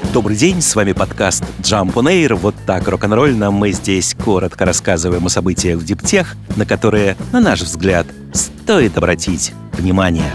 Добрый день, с вами подкаст Jump on Air. Вот так рок-н-ролльно мы здесь коротко рассказываем о событиях в диптех, на которые, на наш взгляд, стоит обратить внимание.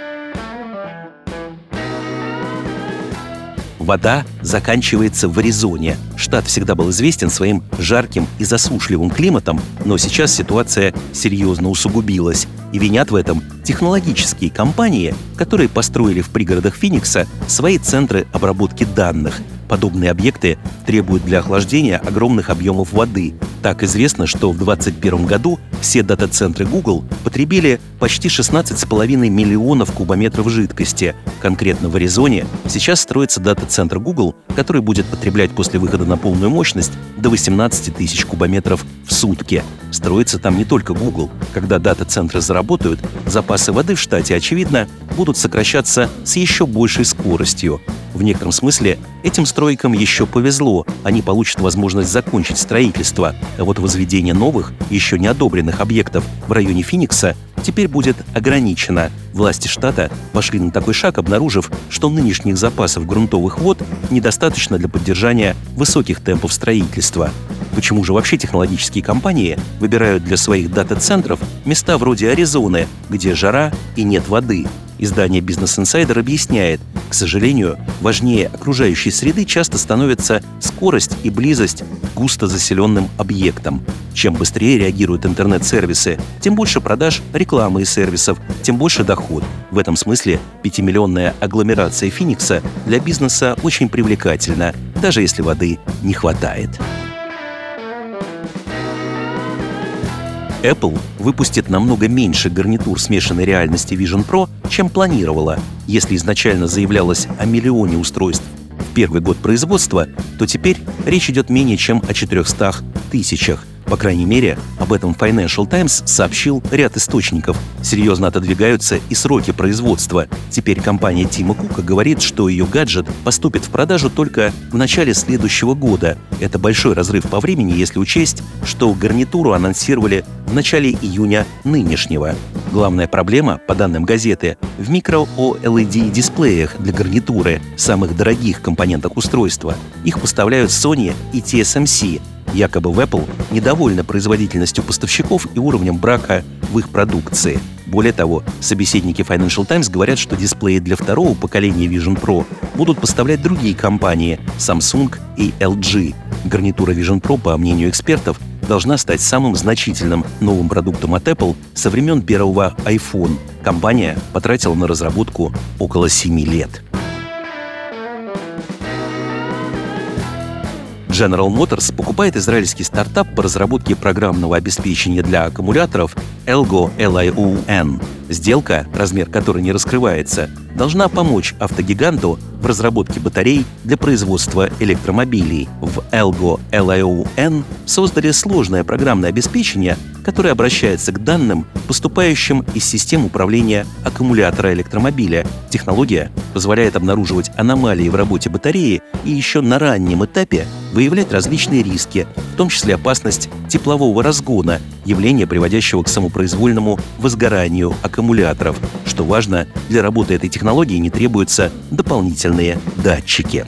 Вода заканчивается в Аризоне. Штат всегда был известен своим жарким и засушливым климатом, но сейчас ситуация серьезно усугубилась. И винят в этом технологические компании, которые построили в пригородах Финикса свои центры обработки данных. Подобные объекты требуют для охлаждения огромных объемов воды. Так известно, что в 2021 году все дата-центры Google потребили почти 16,5 миллионов кубометров жидкости. Конкретно в Аризоне сейчас строится дата-центр Google, который будет потреблять после выхода на полную мощность до 18 тысяч кубометров в сутки. Строится там не только Google. Когда дата-центры заработают, запасы воды в штате, очевидно, будут сокращаться с еще большей скоростью. В некотором смысле этим стройкам еще повезло. Они получат возможность закончить строительство. А вот возведение новых, еще не одобренных объектов в районе Финикса теперь будет ограничено. Власти штата пошли на такой шаг, обнаружив, что нынешних запасов грунтовых вод недостаточно для поддержания высоких темпов строительства. Почему же вообще технологические компании выбирают для своих дата-центров места вроде Аризоны, где жара и нет воды? Издание Business Insider объясняет, к сожалению, важнее окружающей среды часто становится скорость и близость к густо заселенным объектам. Чем быстрее реагируют интернет-сервисы, тем больше продаж рекламы и сервисов, тем больше доход. В этом смысле 5-миллионная агломерация Финикса для бизнеса очень привлекательна, даже если воды не хватает. Apple выпустит намного меньше гарнитур смешанной реальности Vision Pro, чем планировала. Если изначально заявлялось о миллионе устройств в первый год производства, то теперь речь идет менее чем о 400 тысячах. По крайней мере, об этом Financial Times сообщил ряд источников. Серьезно отодвигаются и сроки производства. Теперь компания Тима Кука говорит, что ее гаджет поступит в продажу только в начале следующего года. Это большой разрыв по времени, если учесть, что гарнитуру анонсировали в начале июня нынешнего. Главная проблема, по данным газеты, в микро-OLED-дисплеях для гарнитуры, самых дорогих компонентах устройства. Их поставляют Sony и TSMC. Якобы в Apple недовольна производительностью поставщиков и уровнем брака в их продукции. Более того, собеседники Financial Times говорят, что дисплеи для второго поколения Vision Pro будут поставлять другие компании – Samsung и LG. Гарнитура Vision Pro, по мнению экспертов, должна стать самым значительным новым продуктом от Apple со времен первого iPhone. Компания потратила на разработку около 7 лет. General Motors покупает израильский стартап по разработке программного обеспечения для аккумуляторов Elgo LION. Сделка, размер которой не раскрывается, должна помочь автогиганту в разработке батарей для производства электромобилей. В Elgo LION создали сложное программное обеспечение, которое обращается к данным, поступающим из систем управления аккумулятора электромобиля. Технология позволяет обнаруживать аномалии в работе батареи и еще на раннем этапе выявлять различные риски, в том числе опасность теплового разгона, явление, приводящего к самопроизвольному возгоранию аккумуляторов. Что важно, для работы этой технологии не требуются дополнительные датчики.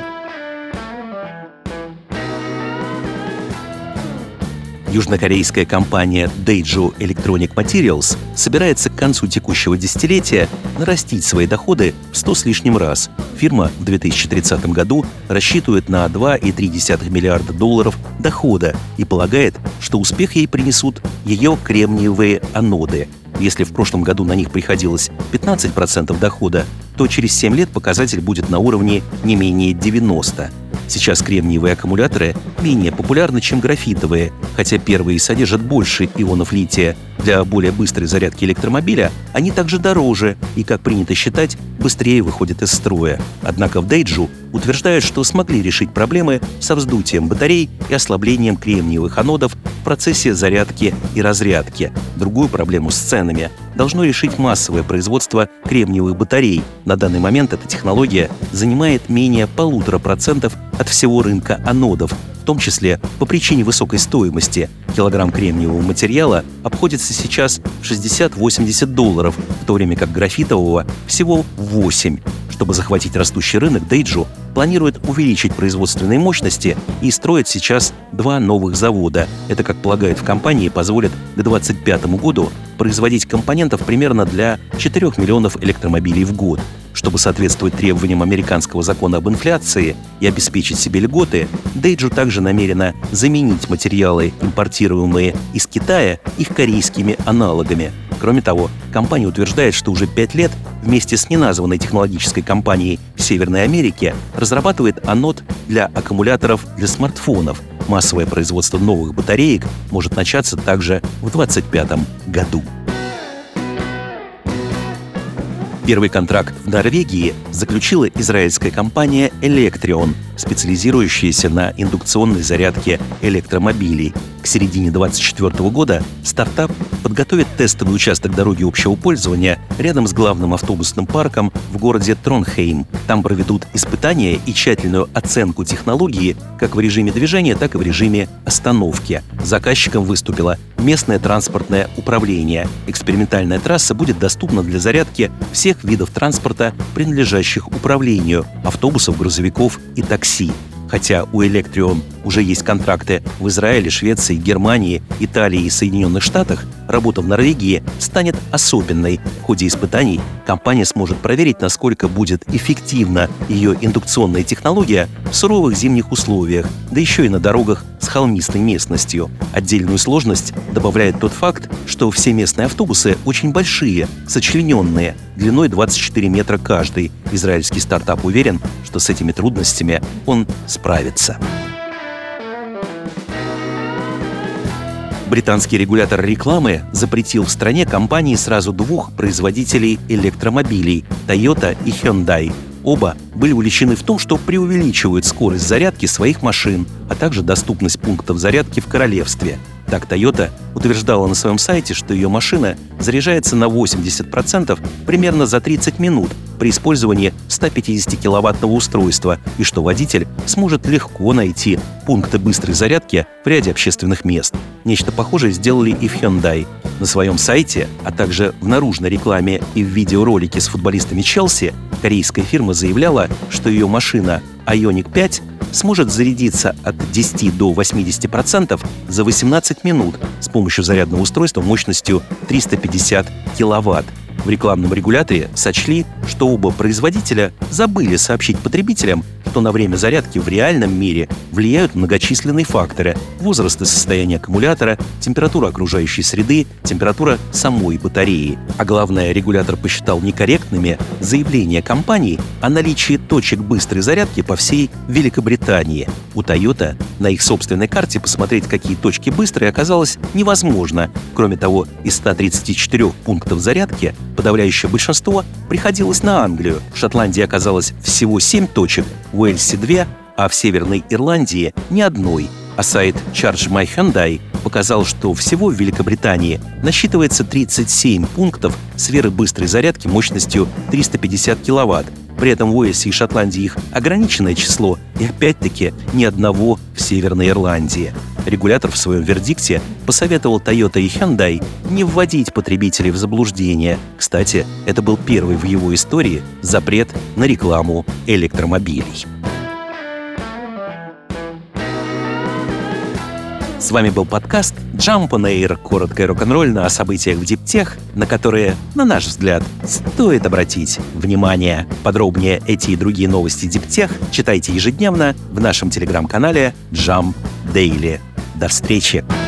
Южнокорейская компания Daeju Electronic Materials собирается к концу текущего десятилетия нарастить свои доходы в 100 с лишним раз. Фирма в 2030 году рассчитывает на $2,3 миллиарда дохода и полагает, что успех ей принесут ее кремниевые аноды. Если в прошлом году на них приходилось 15% дохода, то через 7 лет показатель будет на уровне не менее 90%. Сейчас кремниевые аккумуляторы менее популярны, чем графитовые, хотя первые содержат больше ионов лития. Для более быстрой зарядки электромобиля они также дороже и, как принято считать, быстрее выходят из строя. Однако в Daeju утверждают, что смогли решить проблемы со вздутием батарей и ослаблением кремниевых анодов в процессе зарядки и разрядки. Другую проблему с ценами должно решить массовое производство кремниевых батарей. На данный момент эта технология занимает менее 1,5% от всего рынка анодов, в том числе по причине высокой стоимости. Килограмм кремниевого материала обходится сейчас в $60-80, в то время как графитового всего $8. Чтобы захватить растущий рынок, Daewoo планирует увеличить производственные мощности и строит сейчас 2 новых завода. Это, как полагают в компании, позволит к 2025 году производить компонентов примерно для 4 миллионов электромобилей в год. Чтобы соответствовать требованиям американского закона об инфляции и обеспечить себе льготы, Daewoo также намерена заменить материалы, импортируемые из Китая, их корейскими аналогами. Кроме того, компания утверждает, что уже 5 лет вместе с неназванной технологической компанией в Северной Америке разрабатывает анод для аккумуляторов для смартфонов. Массовое производство новых батареек может начаться также в 2025 году. Первый контракт в Норвегии заключила израильская компания Electrion, специализирующаяся на индукционной зарядке электромобилей. К середине 2024 года стартап подготовит тестовый участок дороги общего пользования рядом с главным автобусным парком в городе Тронхейм. Там проведут испытания и тщательную оценку технологии как в режиме движения, так и в режиме остановки. Заказчиком выступило местное транспортное управление. Экспериментальная трасса будет доступна для зарядки всех видов транспорта, принадлежащих управлению – автобусов, грузовиков и такси. Хотя у Electrion уже есть контракты в Израиле, Швеции, Германии, Италии и Соединенных Штатах, работа в Норвегии станет особенной. В ходе испытаний компания сможет проверить, насколько будет эффективна ее индукционная технология в суровых зимних условиях, да еще и на дорогах с холмистой местностью. Отдельную сложность добавляет тот факт, что все местные автобусы очень большие, сочлененные, длиной 24 метра каждый. Израильский стартап уверен, что с этими трудностями он справится. Британский регулятор рекламы запретил в стране компании сразу 2 производителей электромобилей – Toyota и Hyundai. Оба были увлечены в том, что преувеличивают скорость зарядки своих машин, а также доступность пунктов зарядки в королевстве. Так, Toyota утверждала на своем сайте, что ее машина заряжается на 80% примерно за 30 минут при использовании 150-киловаттного устройства и что водитель сможет легко найти пункты быстрой зарядки в ряде общественных мест. Нечто похожее сделали и в Hyundai. На своем сайте, а также в наружной рекламе и в видеоролике с футболистами Челси, корейская фирма заявляла, что ее машина Ioniq 5 сможет зарядиться от 10 до 80% за 18 минут с помощью зарядного устройства мощностью 350 киловатт. В рекламном регуляторе сочли, что оба производителя забыли сообщить потребителям, что на время зарядки в реальном мире влияют многочисленные факторы – возраст и состояние аккумулятора, температура окружающей среды, температура самой батареи. А главное, регулятор посчитал некорректными заявления компаний о наличии точек быстрой зарядки по всей Великобритании. У Toyota на их собственной карте посмотреть, какие точки быстрые, оказалось невозможно. Кроме того, из 134 пунктов зарядки подавляющее большинство приходилось на Англию. В Шотландии оказалось всего 7 точек, в Уэльсе 2, а в Северной Ирландии ни одной. А сайт Charge My Hyundai показал, что всего в Великобритании насчитывается 37 пунктов сферы быстрой зарядки мощностью 350 киловатт. При этом в Уэльсе и Шотландии их ограниченное число, и опять-таки ни одного в Северной Ирландии. Регулятор в своем вердикте посоветовал Toyota и Hyundai не вводить потребителей в заблуждение. Кстати, это был первый в его истории запрет на рекламу электромобилей. С вами был подкаст Jump on Air, коротко и рок-н-ролльно о событиях в диптех, на которые, на наш взгляд, стоит обратить внимание. Подробнее эти и другие новости диптех читайте ежедневно в нашем телеграм-канале Jump Daily. До встречи!